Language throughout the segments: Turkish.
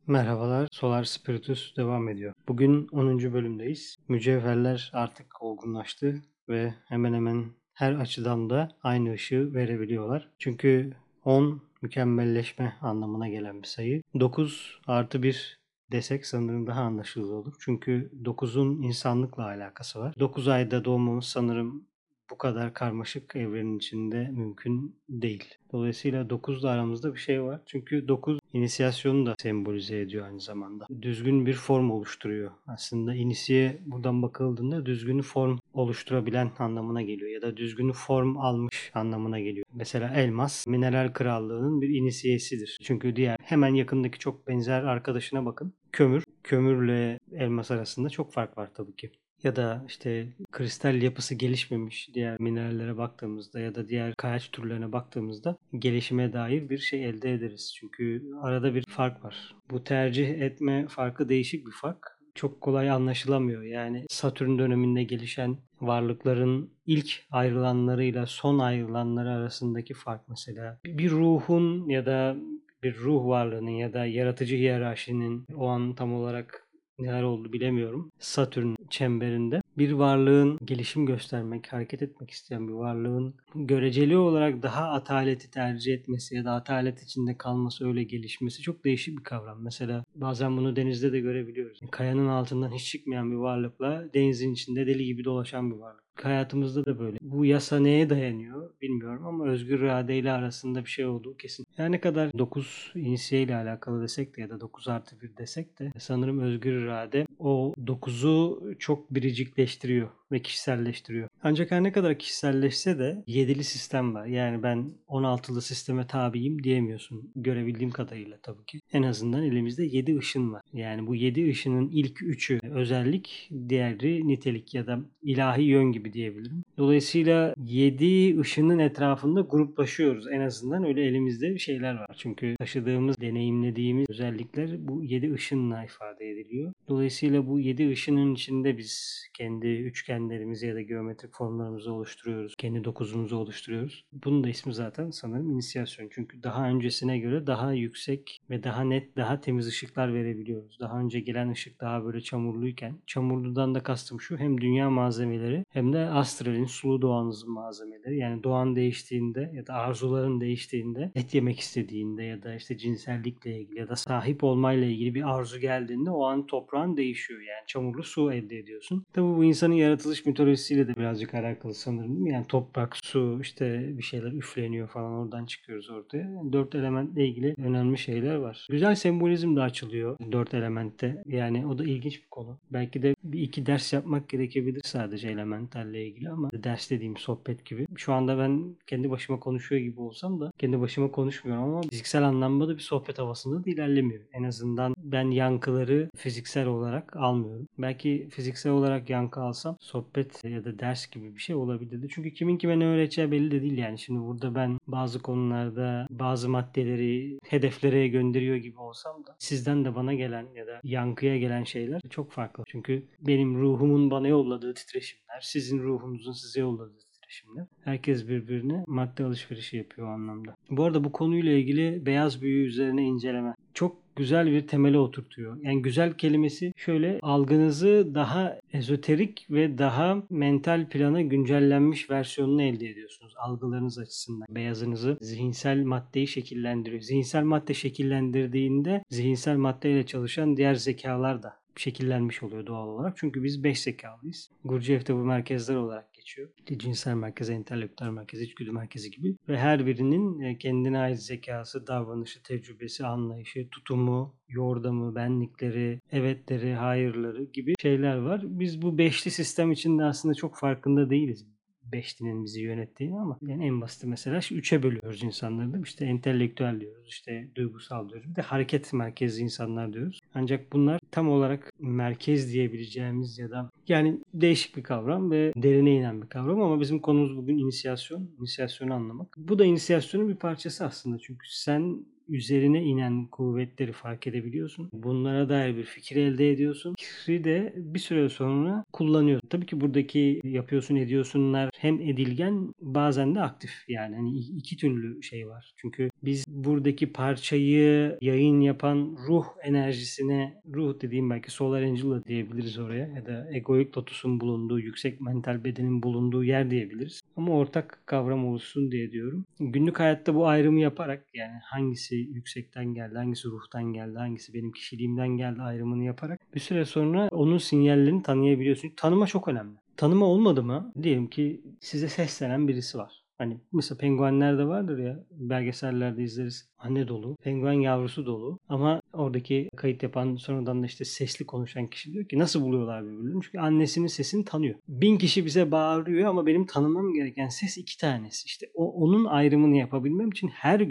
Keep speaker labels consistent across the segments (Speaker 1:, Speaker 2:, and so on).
Speaker 1: Merhabalar, Solar Spiritus devam ediyor. Bugün 10. bölümdeyiz. Mücevherler artık olgunlaştı ve hemen hemen her açıdan da aynı ışığı verebiliyorlar. Çünkü 10 mükemmelleşme anlamına gelen bir sayı. 9 artı 1 desek sanırım daha anlaşılır olur. Çünkü 9'un insanlıkla alakası var. 9 ayda doğmamız sanırım bu kadar karmaşık evrenin içinde mümkün değil. Dolayısıyla 9'la aramızda bir şey var. Çünkü 9 inisiyasyonu da sembolize ediyor aynı zamanda. Düzgün bir form oluşturuyor. Aslında inisiye buradan bakıldığında düzgün form oluşturabilen anlamına geliyor ya da düzgün form almış anlamına geliyor. Mesela elmas mineral krallığının bir inisiyesidir. Çünkü diğer hemen yakındaki çok benzer arkadaşına bakın. Kömürle elmas arasında çok fark var tabii ki. Ya da işte kristal yapısı gelişmemiş diğer minerallere baktığımızda ya da diğer kayaç türlerine baktığımızda gelişime dair bir şey elde ederiz. Çünkü arada bir fark var. Bu tercih etme farkı değişik bir fark. Çok kolay anlaşılamıyor. Yani Satürn döneminde gelişen varlıkların ilk ayrılanlarıyla son ayrılanları arasındaki fark mesela. Bir ruhun ya da bir ruh varlığının ya da yaratıcı hiyerarşinin o an tam olarak neler oldu bilemiyorum. Satürn çemberinde bir varlığın gelişim göstermek, hareket etmek isteyen bir varlığın göreceli olarak daha ataleti tercih etmesi ya da atalet içinde kalması, öyle gelişmesi çok değişik bir kavram. Mesela bazen bunu denizde de görebiliyoruz. Kayanın altından hiç çıkmayan bir varlıkla denizin içinde deli gibi dolaşan bir varlık. Hayatımızda da böyle. Bu yasa neye dayanıyor bilmiyorum ama özgür iradeyle arasında bir şey olduğu kesin. Yani ne kadar 9 inisiye ile alakalı desek de ya da 9 artı 1 desek de sanırım özgür irade o 9'u çok biricikleştiriyor ve kişiselleştiriyor. Ancak her ne kadar kişiselleşse de 7'li sistem var. Yani ben 16'lı sisteme tabiyim diyemiyorsun. Görebildiğim kadarıyla tabii ki. En azından elimizde 7 ışın var. Yani bu 7 ışının ilk 3'ü özellik, diğeri nitelik ya da ilahi yön gibi diyebilirim. Dolayısıyla 7 ışının etrafında gruplaşıyoruz. En azından öyle elimizde şeyler var. Çünkü taşıdığımız, deneyimlediğimiz özellikler bu 7 ışınla ifade ediliyor. Dolayısıyla bu 7 ışının içinde biz kendi üçgenlerimizi ya da geometrik formlarımızı oluşturuyoruz. Kendi dokuzumuzu oluşturuyoruz. Bunun da ismi zaten sanırım inisiyasyon. Çünkü daha öncesine göre daha yüksek ve daha net, daha temiz ışıklar verebiliyoruz. Daha önce gelen ışık daha böyle çamurluyken, çamurludan da kastım şu, hem dünya malzemeleri hem de astralin, sulu doğanızın malzemeleri. Yani doğan değiştiğinde ya da arzuların değiştiğinde, et yemek istediğinde ya da işte cinsellikle ilgili ya da sahip olmayla ilgili bir arzu geldiğinde o an toprağın değişiyor. Yani çamurlu su elde ediyorsun. Tabii bu insanın yaratılış mitolojisiyle de birazcık alakalı sanırım, değil mi? Yani toprak, su, işte bir şeyler üfleniyor falan, oradan çıkıyoruz ortaya. Yani dört elementle ilgili önemli şeyler var. Güzel sembolizm de açılıyor dört elementte. Yani o da ilginç bir konu. Belki de bir iki ders yapmak gerekebilir sadece elementalle ilgili ama ders dediğim sohbet gibi. Şu anda ben kendi başıma konuşuyor gibi olsam da kendi başıma konuşmuyorum ama fiziksel anlamda da bir sohbet havasında da ilerlemiyor. En azından ben yankıları fiziksel olarak almıyorum. Belki fiziksel olarak yankı alsam sohbet ya da ders gibi bir şey olabilirdi. Çünkü kimin kime ne öğreteceği belli de değil yani. Şimdi burada ben bazı konularda bazı maddeleri hedeflere gönderiyor gibi olsam da sizden de bana gelen ya da yankıya gelen şeyler çok farklı. Çünkü benim ruhumun bana yolladığı titreşimler, sizin ruhunuzun size yolladığı titreşimler. Herkes birbirine madde alışverişi yapıyor o anlamda. Bu arada bu konuyla ilgili beyaz büyü üzerine inceleme çok güzel bir temele oturtuyor. Yani güzel kelimesi şöyle, algınızı daha ezoterik ve daha mental plana güncellenmiş versiyonunu elde ediyorsunuz algılarınız açısından. Beyazınızı, zihinsel maddeyi şekillendiriyor. Zihinsel madde şekillendirdiğinde zihinsel maddeyle çalışan diğer zekalar da şekillenmiş oluyor doğal olarak. Çünkü biz 5 zekalıyız. Gurdjieff'te bu merkezler olarak geçiyor. İşte cinsel merkezi, entelektüel merkezi, içgüdü merkezi gibi. Ve her birinin kendine ait zekası, davranışı, tecrübesi, anlayışı, tutumu, yordamı, benlikleri, evetleri, hayırları gibi şeyler var. Biz bu beşli sistem içinde aslında çok farkında değiliz. Beşlinin bizi yönettiğini ama yani en basit mesela şu üçe bölüyoruz insanları da. İşte entelektüel diyoruz, işte duygusal diyoruz. Bir de hareket merkezli insanlar diyoruz. Ancak bunlar tam olarak merkez diyebileceğimiz ya da yani değişik bir kavram ve derine inen bir kavram ama bizim konumuz bugün inisiyasyon, inisiyasyonu anlamak. Bu da inisiyasyonun bir parçası aslında. Çünkü sen üzerine inen kuvvetleri fark edebiliyorsun. Bunlara dair bir fikir elde ediyorsun. Fikri de bir süre sonra kullanıyorsun. Tabii ki buradaki yapıyorsun ediyorsunlar hem edilgen bazen de aktif. Yani hani iki türlü şey var. Çünkü biz buradaki parçayı yayın yapan ruh enerjisine, ruh dediğim belki Solar Angel da diyebiliriz oraya ya da egoik lotusun bulunduğu, yüksek mental bedenin bulunduğu yer diyebiliriz. Ama ortak kavram olsun diye diyorum. Günlük hayatta bu ayrımı yaparak yani hangisi yüksekten geldi, hangisi ruhtan geldi, hangisi benim kişiliğimden geldi ayrımını yaparak bir süre sonra onun sinyallerini tanıyabiliyorsun. Tanıma çok önemli. Tanıma olmadı mı? Diyelim ki size seslenen birisi var. Hani mesela penguenler de vardır ya belgesellerde izleriz. Anne dolu, penguen yavrusu dolu ama oradaki kayıt yapan sonradan da işte sesli konuşan kişi diyor ki nasıl buluyorlar birbirlerini? Çünkü annesinin sesini tanıyor. 1000 kişi bize bağırıyor ama benim tanımam gereken ses 2 tanesi. İşte onun ayrımını yapabilmem için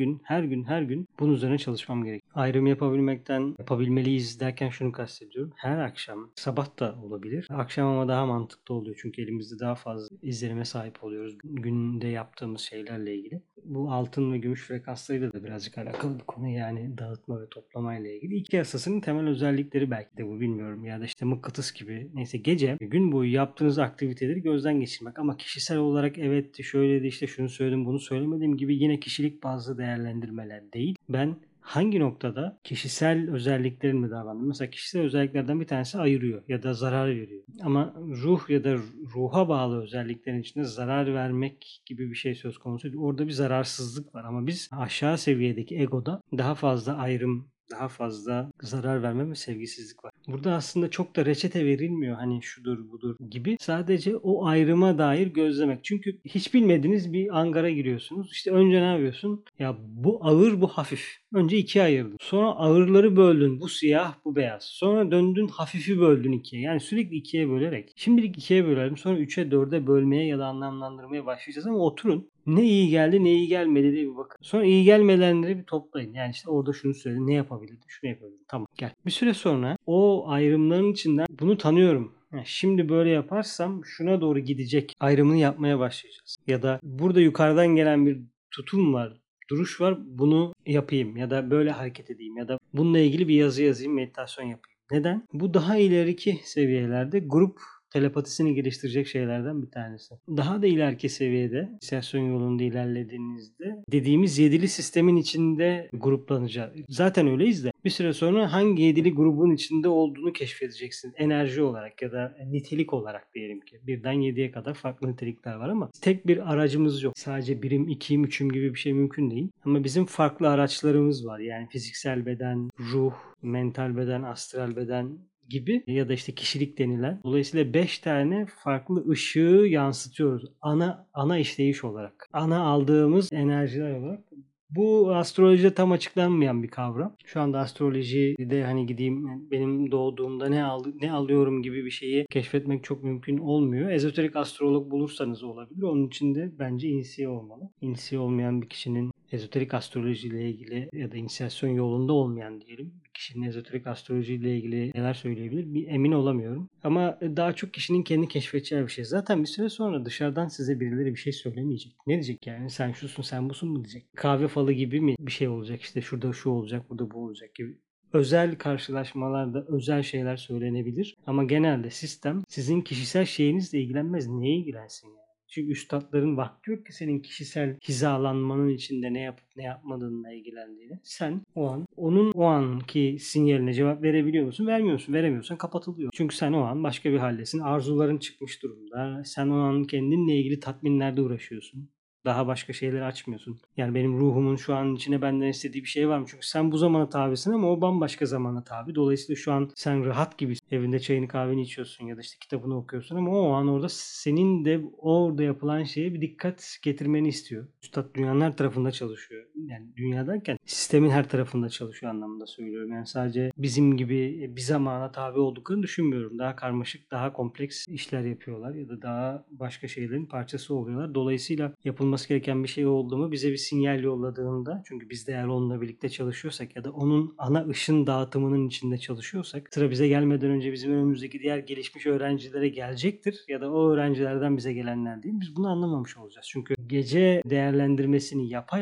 Speaker 1: her gün bunun üzerine çalışmam gerek. Ayrım yapabilmeliyiz derken şunu kastediyorum. Her akşam, sabah da olabilir. Akşam ama daha mantıklı oluyor çünkü elimizde daha fazla izlenime sahip oluyoruz günde yaptığımız şeylerle ilgili. Bu altın ve gümüş frekanslarıyla da birazcık alakalı bir konu yani dağıtma ve toplama ile ilgili. İki yasasının temel özellikleri belki de bu bilmiyorum ya da işte mıknatıs gibi. Neyse gece gün boyu yaptığınız aktiviteleri gözden geçirmek ama kişisel olarak evet şöyle de işte şunu söyledim bunu söylemedim gibi yine kişilik bazlı değerlendirmeler değil. Ben hangi noktada kişisel özelliklerin mi davrandım? Mesela kişisel özelliklerden bir tanesi ayırıyor ya da zarar veriyor. Ama ruh ya da ruha bağlı özelliklerin içinde zarar vermek gibi bir şey söz konusu. Orada bir zararsızlık var ama biz aşağı seviyedeki egoda daha fazla ayrım, daha fazla zarar verme ve sevgisizlik var. Burada aslında çok da reçete verilmiyor hani şudur budur gibi. Sadece o ayrıma dair gözlemek. Çünkü hiç bilmediğiniz bir angara giriyorsunuz. İşte önce ne yapıyorsun? Ya bu ağır bu hafif. Önce ikiye ayırdın. Sonra ağırları böldün. Bu siyah bu beyaz. Sonra döndün hafifi böldün ikiye. Yani sürekli ikiye bölerek. Şimdilik ikiye bölelim. Sonra üçe dörde bölmeye ya da anlamlandırmaya başlayacağız ama oturun. Ne iyi geldi ne iyi gelmedi diye bir bakın. Sonra iyi gelmeyenleri bir toplayın. Yani işte orada şunu söyledim. Ne yapabilirdim? Şunu yapabilirdim. Tamam gel. Bir süre sonra o ayrımların içinden bunu tanıyorum. Şimdi böyle yaparsam şuna doğru gidecek ayrımını yapmaya başlayacağız. Ya da burada yukarıdan gelen bir tutum var, duruş var. Bunu yapayım ya da böyle hareket edeyim ya da bununla ilgili bir yazı yazayım, meditasyon yapayım. Neden? Bu daha ileriki seviyelerde grup telepatisini geliştirecek şeylerden bir tanesi. Daha da ileriki seviyede, inisiyasyon yolunda ilerlediğinizde dediğimiz yedili sistemin içinde gruplanacak. Zaten öyleyiz de bir süre sonra hangi yedili grubun içinde olduğunu keşfedeceksin. Enerji olarak ya da nitelik olarak diyelim ki. Birden 7'ye kadar farklı nitelikler var ama tek bir aracımız yok. Sadece birim, ikiyim, üçüm gibi bir şey mümkün değil. Ama bizim farklı araçlarımız var. Yani fiziksel beden, ruh, mental beden, astral beden gibi ya da işte kişilik denilen. Dolayısıyla 5 tane farklı ışığı yansıtıyoruz. Ana işleyiş olarak. Ana aldığımız enerjiler olarak. Bu astrolojide tam açıklanmayan bir kavram. Şu anda astrolojide hani gideyim benim doğduğumda ne alıyorum gibi bir şeyi keşfetmek çok mümkün olmuyor. Ezoterik astrolog bulursanız olabilir. Onun için de bence inisiye olmalı. İnisiye olmayan bir kişinin ezoterik astrolojiyle ilgili ya da inisiyasyon yolunda olmayan diyelim bir kişinin ezoterik astrolojiyle ilgili neler söyleyebilir bir emin olamıyorum. Ama daha çok kişinin kendi keşfedeceği bir şey. Zaten bir süre sonra dışarıdan size birileri bir şey söylemeyecek. Ne diyecek yani? Sen şusun sen busun mu diyecek. Kahve falı gibi mi bir şey olacak işte şurada şu olacak burada bu olacak gibi. Özel karşılaşmalarda özel şeyler söylenebilir. Ama genelde sistem sizin kişisel şeyinizle ilgilenmez. Neye ilgilensin yani? Çünkü üstadların vakti yok ki senin kişisel hizalanmanın içinde ne yapıp ne yapmadığınla ilgilendiğini. Sen o an onun o anki sinyaline cevap verebiliyor musun? Vermiyorsun. Veremiyorsan kapatılıyor. Çünkü sen o an başka bir haldesin. Arzuların çıkmış durumda. Sen o an kendinle ilgili tatminlerde uğraşıyorsun. Daha başka şeyleri açmıyorsun. Yani benim ruhumun şu an içine benden istediği bir şey var mı? Çünkü sen bu zamana tabisin ama o bambaşka zamana tabi. Dolayısıyla şu an sen rahat gibisin. Evinde çayını kahveni içiyorsun ya da işte kitabını okuyorsun ama o an orada senin de orada yapılan şeye bir dikkat getirmeni istiyor. Üstad dünyanın her tarafında çalışıyor. Yani dünya derken sistemin her tarafında çalışıyor anlamında söylüyorum. Yani sadece bizim gibi bir zamana tabi olduklarını düşünmüyorum. Daha karmaşık, daha kompleks işler yapıyorlar ya da daha başka şeylerin parçası oluyorlar. Dolayısıyla yapılması gereken bir şey oldu mu bize bir sinyal yolladığında çünkü biz de eğer onunla birlikte çalışıyorsak ya da onun ana ışın dağıtımının içinde çalışıyorsak sıra bize gelmeden önce bizim önümüzdeki diğer gelişmiş öğrencilere gelecektir ya da o öğrencilerden bize gelenler değil. Biz bunu anlamamış olacağız. Çünkü gece değerlendirmesini yapa yapa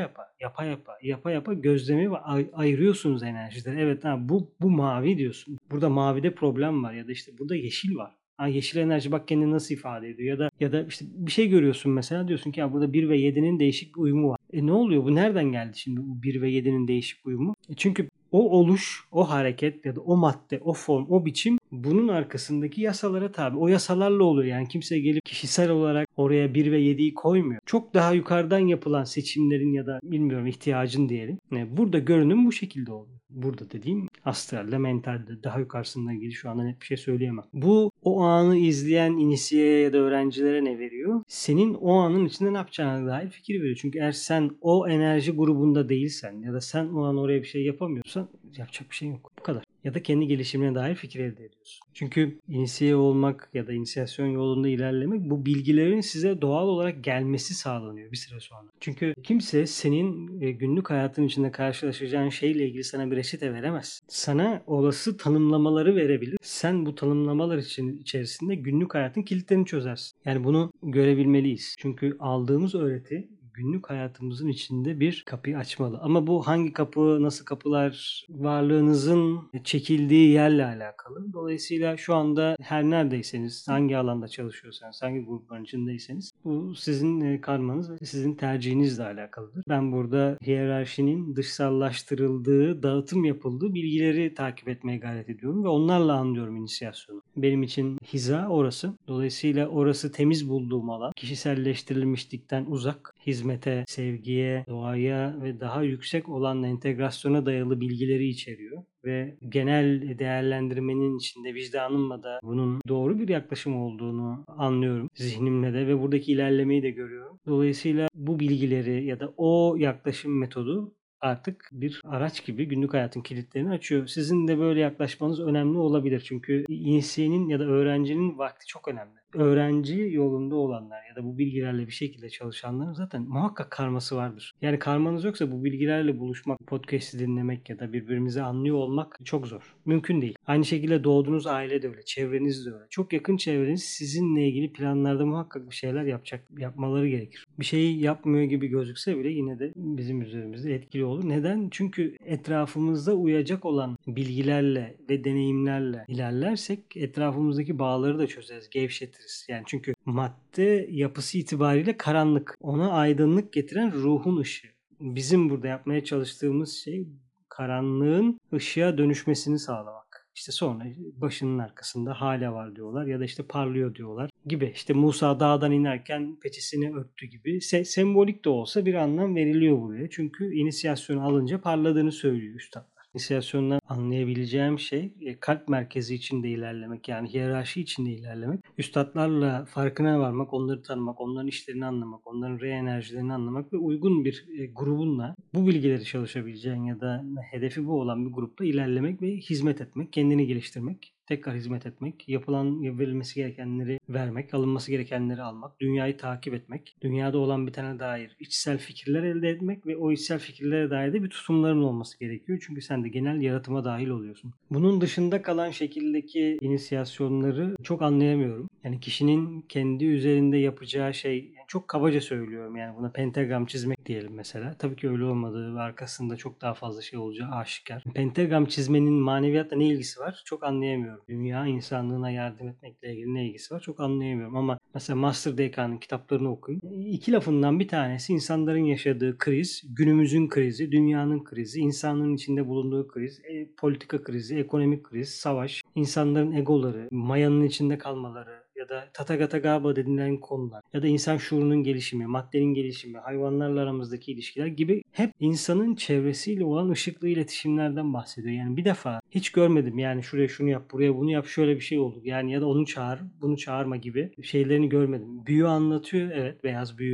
Speaker 1: Yapa yapa gözlemi ve ayırıyorsunuz enerjileri. Evet, bu mavi diyorsun. Burada mavide problem var ya da işte burada yeşil var. Yeşil enerji bak kendini nasıl ifade ediyor ya da işte bir şey görüyorsun mesela, diyorsun ki ya burada 1 ve 7'nin değişik bir uyumu var. Ne oluyor? Bu nereden geldi şimdi bu 1 ve 7'nin değişik uyumu? Çünkü o oluş, o hareket ya da o madde, o form, o biçim bunun arkasındaki yasalara tabi. O yasalarla oluyor. Yani kimse gelip kişisel olarak oraya 1 ve 7'yi koymuyor. Çok daha yukarıdan yapılan seçimlerin ya da bilmiyorum ihtiyacın diyelim. Burada görünüm bu şekilde oluyor. Burada dediğim astralde, mentalde, daha yukarısından ilgili şu anda net bir şey söyleyemem. Bu o anı izleyen inisiyeye ya da öğrencilere ne veriyor? Senin o anın içinde ne yapacağına dair fikir veriyor. Çünkü eğer sen o enerji grubunda değilsen ya da sen o an oraya bir şey yapamıyorsan yapacak bir şey yok. Bu kadar. Ya da kendi gelişimine dair fikir elde ediyorsun. Çünkü inisiye olmak ya da inisiyasyon yolunda ilerlemek, bu bilgilerin size doğal olarak gelmesi sağlanıyor bir süre sonra. Çünkü kimse senin günlük hayatın içinde karşılaşacağın şeyle ilgili sana bir reçete veremez. Sana olası tanımlamaları verebilir. Sen bu tanımlamalar içerisinde günlük hayatın kilitlerini çözersin. Yani bunu görebilmeliyiz. Çünkü aldığımız öğreti günlük hayatımızın içinde bir kapıyı açmalı. Ama bu hangi kapı, nasıl kapılar, varlığınızın çekildiği yerle alakalı. Dolayısıyla şu anda her neredeyseniz, hangi alanda çalışıyorsanız, hangi grupların içindeyseniz bu sizin karmanız ve sizin tercihinizle alakalıdır. Ben burada hiyerarşinin dışsallaştırıldığı, dağıtım yapıldığı bilgileri takip etmeye gayret ediyorum ve onlarla anlıyorum inisiyasyonu. Benim için hiza orası. Dolayısıyla orası temiz bulduğum alan. Kişiselleştirilmişlikten uzak, hizmete, sevgiye, doğaya ve daha yüksek olan entegrasyona dayalı bilgileri içeriyor. Ve genel değerlendirmenin içinde vicdanımla da bunun doğru bir yaklaşım olduğunu anlıyorum zihnimle de ve buradaki ilerlemeyi de görüyorum. Dolayısıyla bu bilgileri ya da o yaklaşım metodu artık bir araç gibi günlük hayatın kilitlerini açıyor. Sizin de böyle yaklaşmanız önemli olabilir. Çünkü inisiyenin ya da öğrencinin vakti çok önemli. Öğrenci yolunda olanlar ya da bu bilgilerle bir şekilde çalışanların zaten muhakkak karması vardır. Yani karmanız yoksa bu bilgilerle buluşmak, podcast'i dinlemek ya da birbirimizi anlıyor olmak çok zor. Mümkün değil. Aynı şekilde doğduğunuz aile de öyle, çevreniz de öyle. Çok yakın çevreniz sizinle ilgili planlarda muhakkak bir şeyler yapmaları gerekir. Bir şeyi yapmıyor gibi gözükse bile yine de bizim üzerimizde etkili olur. Neden? Çünkü etrafımızda uyacak olan bilgilerle ve deneyimlerle ilerlersek etrafımızdaki bağları da çözeriz, gevşetiriz. Yani çünkü madde yapısı itibariyle karanlık. Ona aydınlık getiren ruhun ışığı. Bizim burada yapmaya çalıştığımız şey karanlığın ışığa dönüşmesini sağlamak. İşte sonra başının arkasında hala var diyorlar ya da işte parlıyor diyorlar gibi. İşte Musa dağdan inerken peçesini örttü gibi. Sembolik de olsa bir anlam veriliyor buraya. Çünkü inisiyasyonu alınca parladığını söylüyor üstad. İnisiyasyondan anlayabileceğim şey kalp merkezi içinde ilerlemek, yani hiyerarşi içinde ilerlemek. Üstadlarla farkına varmak, onları tanımak, onların işlerini anlamak, onların re-enerjilerini anlamak ve uygun bir grubunla bu bilgileri çalışabileceğin ya da hedefi bu olan bir grupta ilerlemek ve hizmet etmek, kendini geliştirmek. Tekrar hizmet etmek, verilmesi gerekenleri vermek, alınması gerekenleri almak, dünyayı takip etmek, dünyada olan bitene dair içsel fikirler elde etmek ve o içsel fikirlere dair de bir tutumların olması gerekiyor. Çünkü sen de genel yaratıma dahil oluyorsun. Bunun dışında kalan şekildeki inisiyasyonları çok anlayamıyorum. Yani kişinin kendi üzerinde yapacağı şey, yani çok kabaca söylüyorum, yani buna pentagram çizmek diyelim mesela. Tabii ki öyle olmadığı ve arkasında çok daha fazla şey olacağı aşikar. Pentagram çizmenin maneviyatla ne ilgisi var? Çok anlayamıyorum. Dünya insanlığına yardım etmekle ilgili ne ilgisi var? Çok anlayamıyorum ama mesela Master DK'nın kitaplarını okuyun. İki lafından bir tanesi insanların yaşadığı kriz, günümüzün krizi, dünyanın krizi, insanlığın içinde bulunduğu kriz, politika krizi, ekonomik kriz, savaş, insanların egoları, mayanın içinde kalmaları ya da Tathagata Gaba denilen konular ya da insan şuurunun gelişimi, maddenin gelişimi, hayvanlarla aramızdaki ilişkiler gibi hep insanın çevresiyle olan ışıklı iletişimlerden bahsediyor. Yani bir defa hiç görmedim yani şuraya şunu yap, buraya bunu yap, şöyle bir şey oldu. Yani ya da onu çağır, bunu çağırma gibi şeylerini görmedim. Büyü anlatıyor, evet,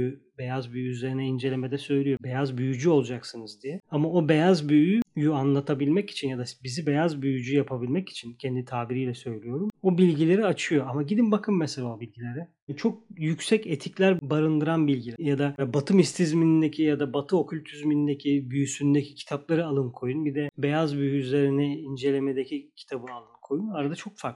Speaker 1: beyaz büyü üzerine incelemede söylüyor. Beyaz büyücü olacaksınız diye. Ama o beyaz büyüyü anlatabilmek için ya da bizi beyaz büyücü yapabilmek için, kendi tabiriyle söylüyorum, o bilgileri açıyor. Ama gidin bakın mesela o bilgilere. Çok yüksek etikler barındıran bilgiler. Ya da Batı mistizmindeki ya da Batı okültizmindeki büyüsündeki kitapları alın koyun. Bir de beyaz büyü üzerine incelemedeki kitabı alın koyun. Arada çok fark var.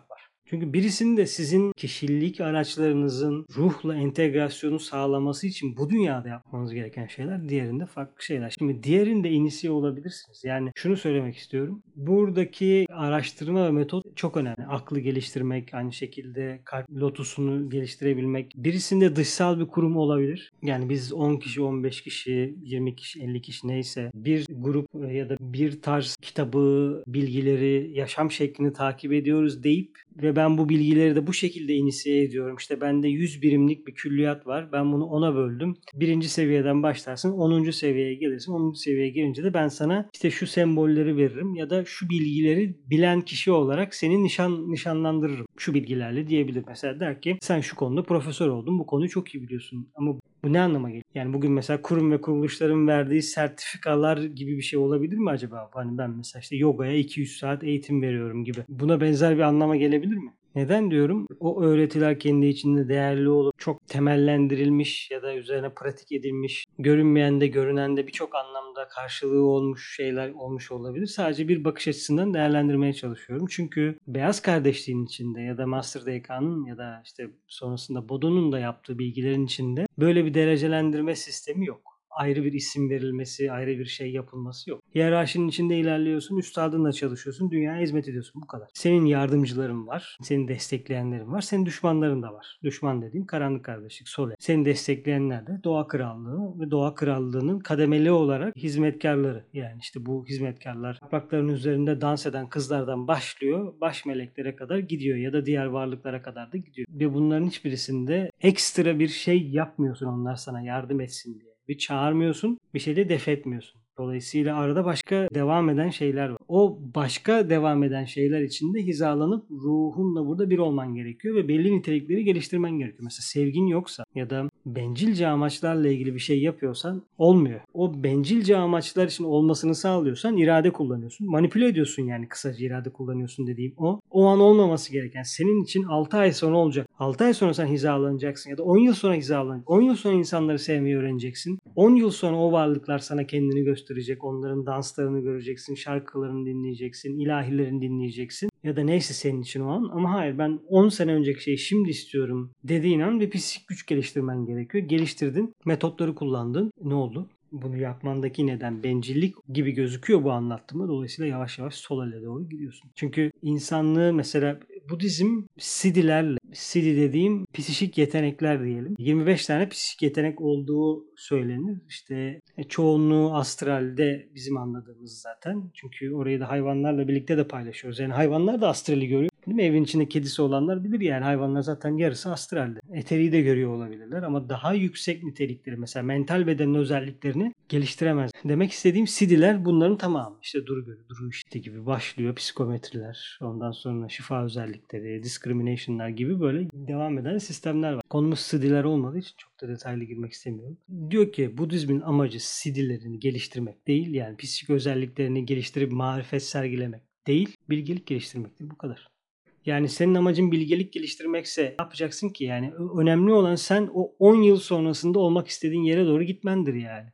Speaker 1: Çünkü birisinin de sizin kişilik araçlarınızın ruhla entegrasyonu sağlaması için bu dünyada yapmanız gereken şeyler, diğerinde farklı şeyler. Şimdi diğerinde inisiye olabilirsiniz. Yani şunu söylemek istiyorum. Buradaki araştırma ve metot çok önemli. Aklı geliştirmek, aynı şekilde kalp lotusunu geliştirebilmek. Birisinde dışsal bir kurum olabilir. Yani biz 10 kişi, 15 kişi, 20 kişi, 50 kişi neyse bir grup ya da bir tarz kitabı, bilgileri, yaşam şeklini takip ediyoruz deyip ve ben bu bilgileri de bu şekilde inisiye ediyorum. İşte bende 100 birimlik bir külliyat var. Ben bunu 10'a böldüm. Birinci seviyeden başlarsın. 10. seviyeye gelirsin. 10. seviyeye gelince de ben sana işte şu sembolleri veririm ya da şu bilgileri bilen kişi olarak seni nişanlandırırım. Şu bilgilerle diyebilir. Mesela der ki sen şu konuda profesör oldun. Bu konuyu çok iyi biliyorsun. Ama bu ne anlama geliyor? Yani bugün mesela kurum ve kuruluşların verdiği sertifikalar gibi bir şey olabilir mi acaba? Hani ben mesela işte yogaya 200 saat eğitim veriyorum gibi. Buna benzer bir anlama gelebilir mi? Neden diyorum? O öğretiler kendi içinde değerli olup çok temellendirilmiş ya da üzerine pratik edilmiş, görünmeyen de görünen de birçok anlamda karşılığı olmuş şeyler olmuş olabilir. Sadece bir bakış açısından değerlendirmeye çalışıyorum. Çünkü Beyaz Kardeşliğin içinde ya da Master DK'nın ya da işte sonrasında Bodo'nun da yaptığı bilgilerin içinde böyle bir derecelendirme sistemi yok. Ayrı bir isim verilmesi, ayrı bir şey yapılması yok. Hiyerarşinin içinde ilerliyorsun, üstadınla çalışıyorsun, dünyaya hizmet ediyorsun. Bu kadar. Senin yardımcıların var, seni destekleyenlerin var, senin düşmanların da var. Düşman dediğim karanlık kardeşlik, Sole. Seni destekleyenler de Doğa Krallığı ve Doğa Krallığı'nın kademeli olarak hizmetkarları. Yani işte bu hizmetkarlar yaprakların üzerinde dans eden kızlardan başlıyor, baş meleklere kadar gidiyor ya da diğer varlıklara kadar da gidiyor. Ve bunların hiçbirisinde ekstra bir şey yapmıyorsun onlar sana yardım etsin diye. Bir çağırmıyorsun, bir şey de def etmiyorsun. Dolayısıyla arada başka devam eden şeyler var. O başka devam eden şeyler içinde hizalanıp ruhunla burada bir olman gerekiyor ve belli nitelikleri geliştirmen gerekiyor. Mesela sevgin yoksa ya da bencilce amaçlarla ilgili bir şey yapıyorsan olmuyor. O bencilce amaçlar için olmasını sağlıyorsan irade kullanıyorsun. Manipüle ediyorsun yani kısaca irade kullanıyorsun dediğim o. O an olmaması gereken senin için 6 ay sonra olacak. 6 ay sonra sen hizalanacaksın ya da 10 yıl sonra hizalanacaksın. 10 yıl sonra insanları sevmeyi öğreneceksin. 10 yıl sonra o varlıklar sana kendini gösterecek. Onların danslarını göreceksin, şarkılarını dinleyeceksin, ilahilerini dinleyeceksin. Ya da neyse senin için o an. Ama hayır ben 10 sene önceki şeyi şimdi istiyorum dediğin an bir psikik güç geliştirmen gerekiyor. Geliştirdin, metotları kullandın. Ne oldu? Bunu yapmandaki neden bencillik gibi gözüküyor bu anlattığımda. Dolayısıyla yavaş yavaş sol ele doğru gidiyorsun. Çünkü insanlığı mesela Budizm Siddhilerle, Siddhi dediğim psişik yetenekler diyelim. 25 tane psişik yetenek olduğu söylenir. İşte çoğunluğu astralde bizim anladığımız zaten. Çünkü orayı da hayvanlarla birlikte de paylaşıyoruz. Yani hayvanlar da astrali görüyor. Değil mi? Evin içinde kedisi olanlar bilir yani hayvanlar zaten yarısı astralde. Eteriği de görüyor olabilirler ama daha yüksek nitelikleri mesela mental bedenin özelliklerini geliştiremez. Demek istediğim Siddhiler bunların tamamı. İşte duru görü, duru işiti gibi başlıyor. Psikometriler, ondan sonra şifa özellikleri, discrimination'lar gibi böyle devam eden sistemler var. Konumuz Siddhiler olmadığı için çok da detaylı girmek istemiyorum. Diyor ki Budizmin amacı Siddhilerini geliştirmek değil yani psikik özelliklerini geliştirip marifet sergilemek değil, bilgelik geliştirmektir. Bu kadar. Yani senin amacın bilgelik geliştirmekse ne yapacaksın ki? Yani önemli olan sen o 10 yıl sonrasında olmak istediğin yere doğru gitmendir yani.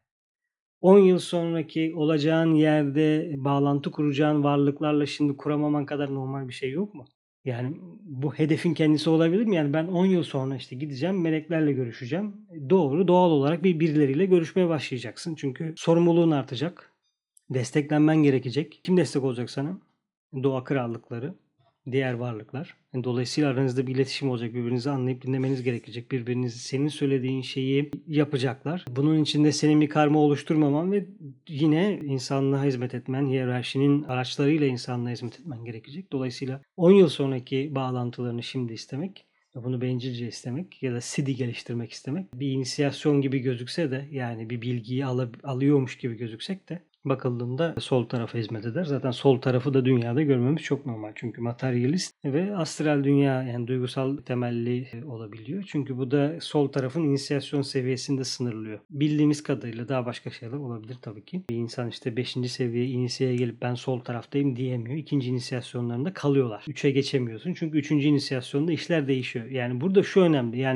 Speaker 1: 10 yıl sonraki olacağın yerde bağlantı kuracağın varlıklarla şimdi kuramaman kadar normal bir şey yok mu? Yani bu hedefin kendisi olabilir mi? Yani ben 10 yıl sonra işte gideceğim, meleklerle görüşeceğim. Doğru, doğal olarak birileriyle görüşmeye başlayacaksın. Çünkü sorumluluğun artacak. Desteklenmen gerekecek. Kim destek olacak sana? Doğa krallıkları, diğer varlıklar. Dolayısıyla aranızda bir iletişim olacak. Birbirinizi anlayıp dinlemeniz gerekecek. Birbirinizi senin söylediğin şeyi yapacaklar. Bunun içinde senin bir karma oluşturmaman ve yine insanlığa hizmet etmen, hiyerarşinin araçlarıyla insanlığa hizmet etmen gerekecek. Dolayısıyla 10 yıl sonraki bağlantılarını şimdi istemek, bunu bencilce istemek ya da Siddhi geliştirmek istemek bir inisiyasyon gibi gözükse de yani bir bilgiyi alıyormuş gibi gözüksek de bakıldığında sol tarafa hizmet eder. Zaten sol tarafı da dünyada görmemiz çok normal. Çünkü materyalist ve astral dünya yani duygusal temelli olabiliyor. Çünkü bu da sol tarafın inisiyasyon seviyesinde sınırlıyor. Bildiğimiz kadarıyla daha başka şeyler olabilir tabii ki. Bir insan işte 5. seviyeye inisiyeye gelip ben sol taraftayım diyemiyor. 2. inisiyasyonlarında kalıyorlar. 3'e geçemiyorsun. Çünkü 3. inisiyasyonda işler değişiyor. Yani burada şu önemli. Yani o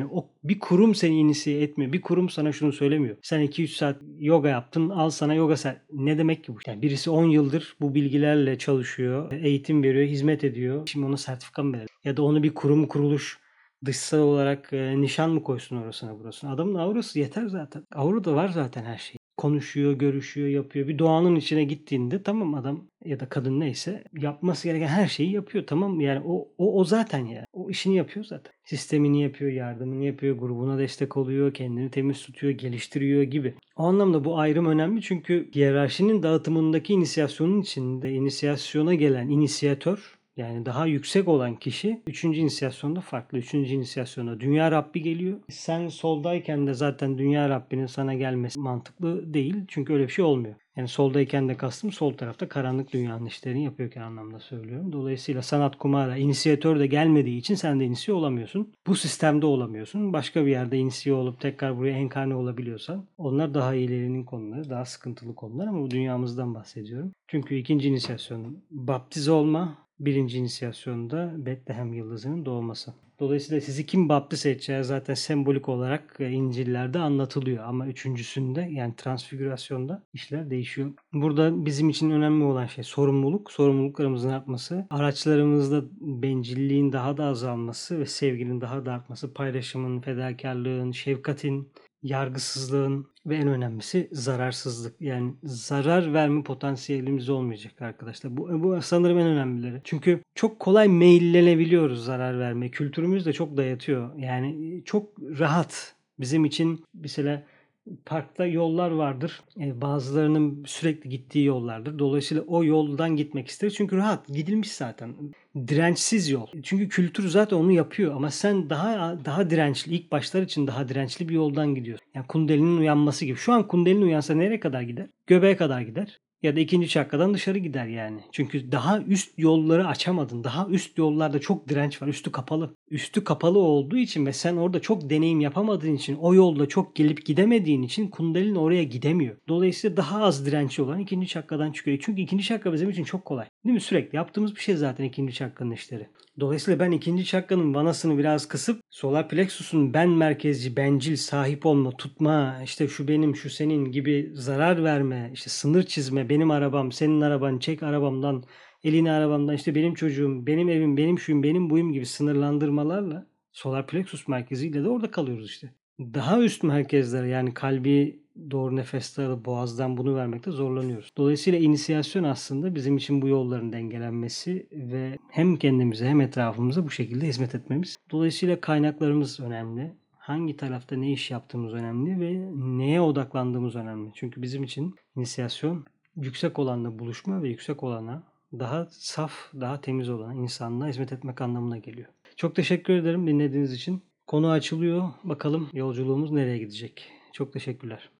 Speaker 1: Bir kurum seni inisiye etmiyor. Bir kurum sana şunu söylemiyor. Sen 2-3 saat yoga yaptın, al sana yoga saat. Ne demek ki bu? Yani birisi 10 yıldır bu bilgilerle çalışıyor, eğitim veriyor, hizmet ediyor. Şimdi ona sertifika mı verelim? Ya da onu bir kurum, kuruluş dışsal olarak nişan mı koysun orasına burasına? Adamın aurası yeter zaten. Aurada var zaten her şey. Konuşuyor, görüşüyor, yapıyor. Bir doğanın içine gittiğinde tamam, adam ya da kadın neyse yapması gereken her şeyi yapıyor. Tamam, yani o zaten ya. O işini yapıyor zaten. Sistemini yapıyor, yardımını yapıyor, grubuna destek oluyor, kendini temiz tutuyor, geliştiriyor gibi. O anlamda bu ayrım önemli, çünkü hiyerarşinin dağıtımındaki inisiyasyonun içinde inisiyasyona gelen inisiyatör, yani daha yüksek olan kişi 3. inisiyasyonda farklı. 3. inisiyasyonda Dünya Rabbi geliyor. Sen soldayken de zaten Dünya Rabbi'nin sana gelmesi mantıklı değil. Çünkü öyle bir şey olmuyor. Yani soldayken de kastım sol tarafta karanlık dünyanın işlerini yapıyorken anlamda söylüyorum. Dolayısıyla Sanat Kumara inisiyatör de gelmediği için sen de inisiye olamıyorsun. Bu sistemde olamıyorsun. Başka bir yerde inisiye olup tekrar buraya enkarne olabiliyorsan onlar daha ilerinin konuları, daha sıkıntılı konular, ama bu dünyamızdan bahsediyorum. Çünkü 2. inisiyasyon baptize olma, 1. inisiyasyonda Bethlehem yıldızının doğması. Dolayısıyla sizi kim baptize edeceği zaten sembolik olarak İncil'lerde anlatılıyor. Ama 3.'sünde, yani transfigürasyonda işler değişiyor. Burada bizim için önemli olan şey sorumluluk. Sorumluluklarımızın artması, araçlarımızda bencilliğin daha da azalması ve sevginin daha da artması, paylaşımın, fedakarlığın, şefkatin, yargısızlığın ve en önemlisi zararsızlık. Yani zarar verme potansiyelimiz olmayacak arkadaşlar. Bu sanırım en önemlileri. Çünkü çok kolay meyillenebiliyoruz zarar vermeye. Kültürümüz de çok dayatıyor. Yani çok rahat. Bizim için mesela parkta yollar vardır. Bazılarının sürekli gittiği yollardır. Dolayısıyla o yoldan gitmek isteriz. Çünkü rahat. Gidilmiş zaten. Dirençsiz yol. Çünkü kültür zaten onu yapıyor, ama sen daha dirençli, ilk başlar için daha dirençli bir yoldan gidiyorsun. Yani Kundalini'nin uyanması gibi. Şu an Kundalini uyansa nereye kadar gider? Göbeğe kadar gider. Ya da 2. çakradan dışarı gider yani. Çünkü daha üst yolları açamadın. Daha üst yollarda çok direnç var. Üstü kapalı. Üstü kapalı olduğu için ve sen orada çok deneyim yapamadığın için, o yolda çok gelip gidemediğin için Kundalini oraya gidemiyor. Dolayısıyla daha az dirençli olan 2. çakradan çıkıyor. Çünkü 2. çakra bizim için çok kolay. Değil mi? Sürekli yaptığımız bir şey zaten 2. çakranın işleri. Dolayısıyla ben 2. çakranın vanasını biraz kısıp solar plexus'un ben merkezci, bencil, sahip olma, tutma, işte şu benim, şu senin gibi zarar verme, işte sınır çizme, benim arabam, senin araban, çek arabamdan, elini arabamdan, işte benim çocuğum, benim evim, benim şuyum, benim buyum gibi sınırlandırmalarla solar plexus merkeziyle de orada kalıyoruz işte. Daha üst merkezlere, yani kalbi doğru nefesle alıp boğazdan bunu vermekte zorlanıyoruz. Dolayısıyla inisiyasyon aslında bizim için bu yolların dengelenmesi ve hem kendimize hem etrafımıza bu şekilde hizmet etmemiz. Dolayısıyla kaynaklarımız önemli. Hangi tarafta ne iş yaptığımız önemli ve neye odaklandığımız önemli. Çünkü bizim için inisiyasyon yüksek olanla buluşma ve yüksek olana, daha saf, daha temiz olan insanlığa hizmet etmek anlamına geliyor. Çok teşekkür ederim dinlediğiniz için. Konu açılıyor. Bakalım yolculuğumuz nereye gidecek? Çok teşekkürler.